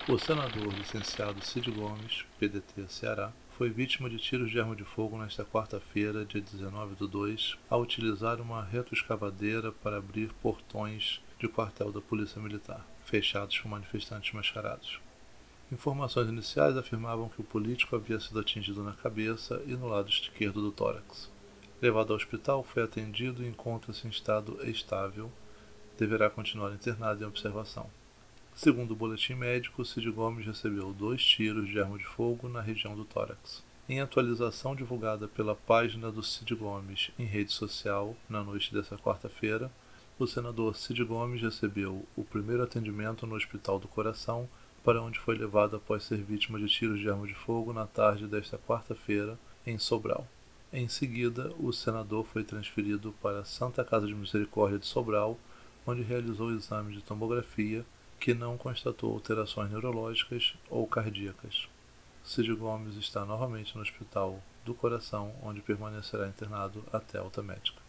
O senador licenciado Cid Gomes, PDT Ceará, foi vítima de tiros de arma de fogo nesta quarta-feira, dia 19/2, ao utilizar uma retroescavadeira para abrir portões de quartel da Polícia Militar, fechados por manifestantes mascarados. Informações iniciais afirmavam que o político havia sido atingido na cabeça e no lado esquerdo do tórax. Levado ao hospital, foi atendido e encontra-se em estado estável. Deverá continuar internado em observação. Segundo o boletim médico, Cid Gomes recebeu 2 tiros de arma de fogo na região do tórax. Em atualização divulgada pela página do Cid Gomes em rede social na noite desta quarta-feira, o senador Cid Gomes recebeu o primeiro atendimento no Hospital do Coração, para onde foi levado após ser vítima de tiros de arma de fogo na tarde desta quarta-feira, em Sobral. Em seguida, o senador foi transferido para a Santa Casa de Misericórdia de Sobral, onde realizou o exame de tomografia, que não constatou alterações neurológicas ou cardíacas. Cid Gomes está novamente no Hospital do Coração, onde permanecerá internado até alta médica.